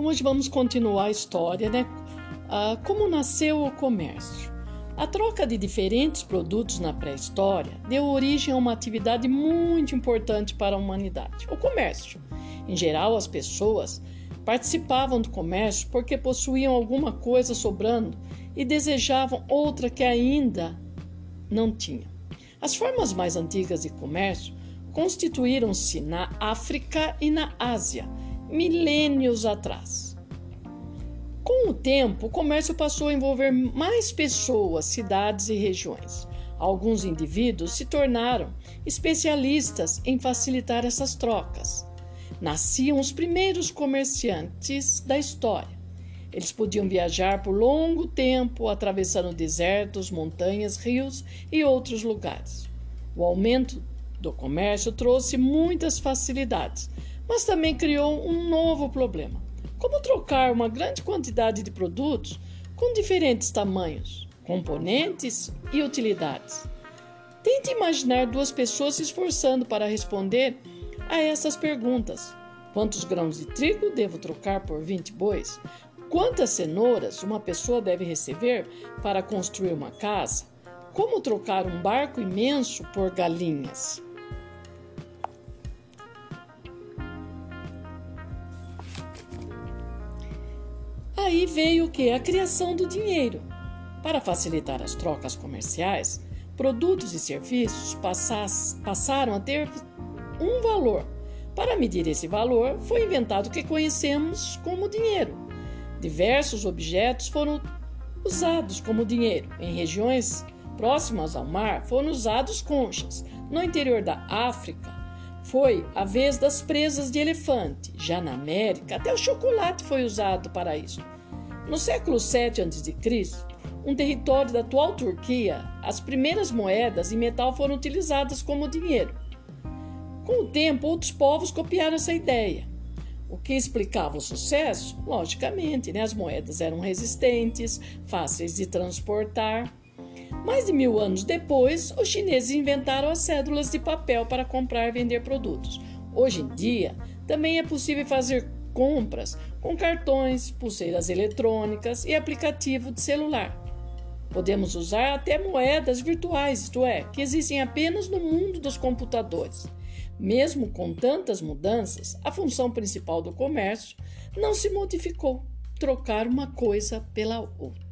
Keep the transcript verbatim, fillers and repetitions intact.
hoje vamos continuar a história, né? Ah, como nasceu o comércio? A troca de diferentes produtos na pré-história deu origem a uma atividade muito importante para a humanidade, o comércio. Em geral, as pessoas participavam do comércio porque possuíam alguma coisa sobrando e desejavam outra que ainda não tinham. As formas mais antigas de comércio constituíram-se na África e na Ásia, milênios atrás. Com o tempo, o comércio passou a envolver mais pessoas, cidades e regiões. Alguns indivíduos se tornaram especialistas em facilitar essas trocas. Nasciam os primeiros comerciantes da história. Eles podiam viajar por longo tempo, atravessando desertos, montanhas, rios e outros lugares. O aumento do comércio trouxe muitas facilidades, mas também criou um novo problema. Como trocar uma grande quantidade de produtos com diferentes tamanhos, componentes e utilidades? Tente imaginar duas pessoas se esforçando para responder a essas perguntas. Quantos grãos de trigo devo trocar por vinte bois? Quantas cenouras uma pessoa deve receber para construir uma casa? Como trocar um barco imenso por galinhas? Aí veio o que? A criação do dinheiro. Para facilitar as trocas comerciais, produtos e serviços passaram a ter um valor. Para medir esse valor, foi inventado o que conhecemos como dinheiro. Diversos objetos foram usados como dinheiro. Em regiões próximas ao mar, foram usados conchas. No interior da África, foi a vez das presas de elefante. Já na América, até o chocolate foi usado para isso. No século sete antes de Cristo, um território da atual Turquia, as primeiras moedas em metal foram utilizadas como dinheiro. Com o tempo, outros povos copiaram essa ideia. O que explicava o sucesso? Logicamente, né? As moedas eram resistentes, fáceis de transportar. Mais de mil anos depois, os chineses inventaram as cédulas de papel para comprar e vender produtos. Hoje em dia, também é possível fazer compras com cartões, pulseiras eletrônicas e aplicativo de celular. Podemos usar até moedas virtuais, isto é, que existem apenas no mundo dos computadores. Mesmo com tantas mudanças, a função principal do comércio não se modificou: trocar uma coisa pela outra.